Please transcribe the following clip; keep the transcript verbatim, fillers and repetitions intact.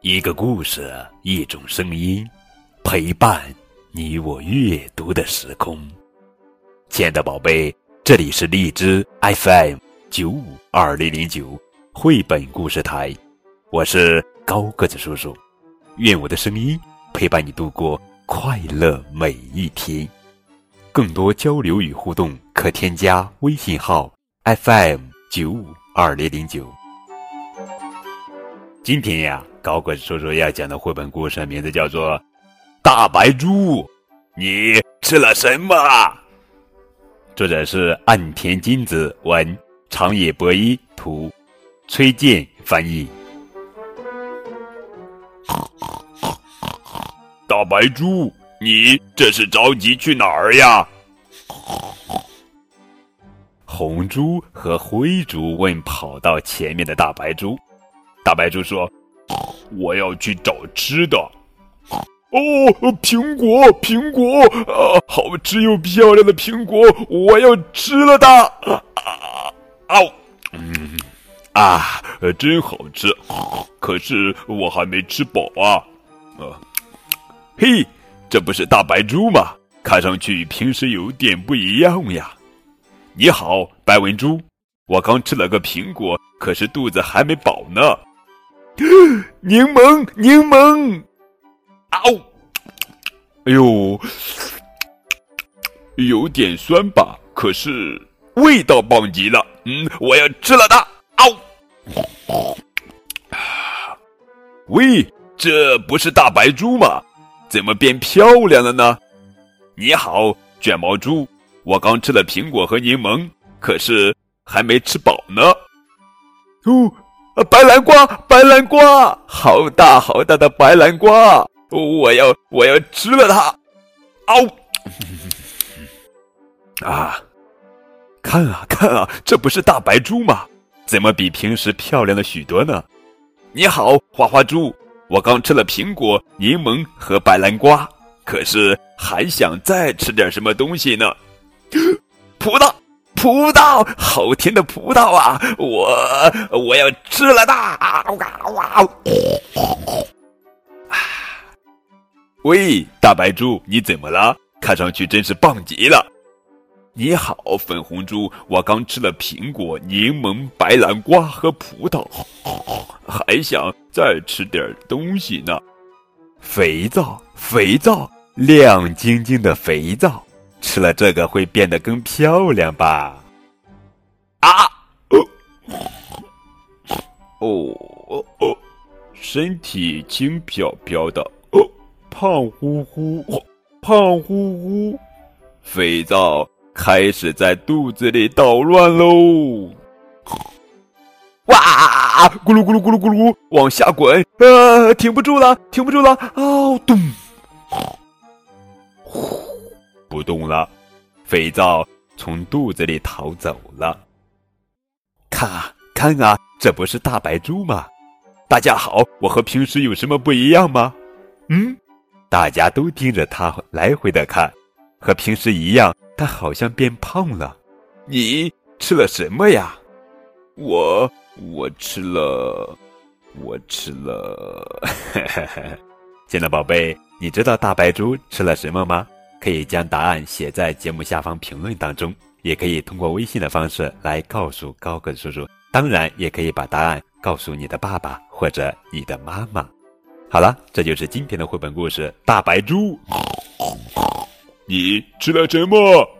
一个故事，一种声音，陪伴你我阅读的时空。亲爱的宝贝，这里是荔枝 F M 九五二零零九绘本故事台，我是高个子叔叔，愿我的声音陪伴你度过快乐每一天。更多交流与互动，可添加微信号 F M 九五二零零九。今天呀，高个子叔叔要讲的绘本故事名字叫做《大白猪，你吃了什么》。作者是岸田金子文，长野博一图，崔健翻译。大白猪，你这是着急去哪儿呀？红猪和灰猪问跑到前面的大白猪。大白猪说：我要去找吃的。哦，苹果，苹果，啊，好吃又漂亮的苹果，我要吃了它。啊啊，嗯，啊，真好吃。可是我还没吃饱啊。啊，嘿，这不是大白猪吗？看上去与平时有点不一样呀。你好，白文猪，我刚吃了个苹果，可是肚子还没饱呢。柠檬，柠檬，嗷！哎呦，有点酸吧，可是味道棒极了。嗯，我要吃了它。嗷！喂，这不是大白猪吗？怎么变漂亮了呢？你好，卷毛猪，我刚吃了苹果和柠檬，可是还没吃饱呢。哦，白南瓜，白南瓜，好大好大的白南瓜，我要我要吃了它。嗷！啊，看啊看啊，这不是大白猪吗？怎么比平时漂亮了许多呢？你好，花花猪，我刚吃了苹果、柠檬和白南瓜，可是还想再吃点什么东西呢？葡萄，葡萄，好甜的葡萄啊！我我要吃了它！喂，大白猪，你怎么了？看上去真是棒极了。你好，粉红猪，我刚吃了苹果、柠檬、白南瓜和葡萄，还想再吃点东西呢。肥皂，肥皂，亮晶晶的肥皂，吃了这个会变得更漂亮吧？啊！哦哦哦，身体轻飘飘的，哦，胖乎乎，胖乎乎，肥皂开始在肚子里捣乱喽！哇，咕噜咕噜咕噜咕噜，往下滚，啊，停不住了，停不住了，哦，咚，呼，不动了，肥皂从肚子里逃走了。看啊，看啊，这不是大白猪吗？大家好，我和平时有什么不一样吗？嗯，大家都盯着它来回的看，和平时一样，它好像变胖了。你吃了什么呀？我我吃了，我吃了。亲爱的宝贝，你知道大白猪吃了什么吗？可以将答案写在节目下方评论当中，也可以通过微信的方式来告诉高个子叔叔。当然，也可以把答案告诉你的爸爸或者你的妈妈。好了，这就是今天的绘本故事《大白猪》。你吃了什么？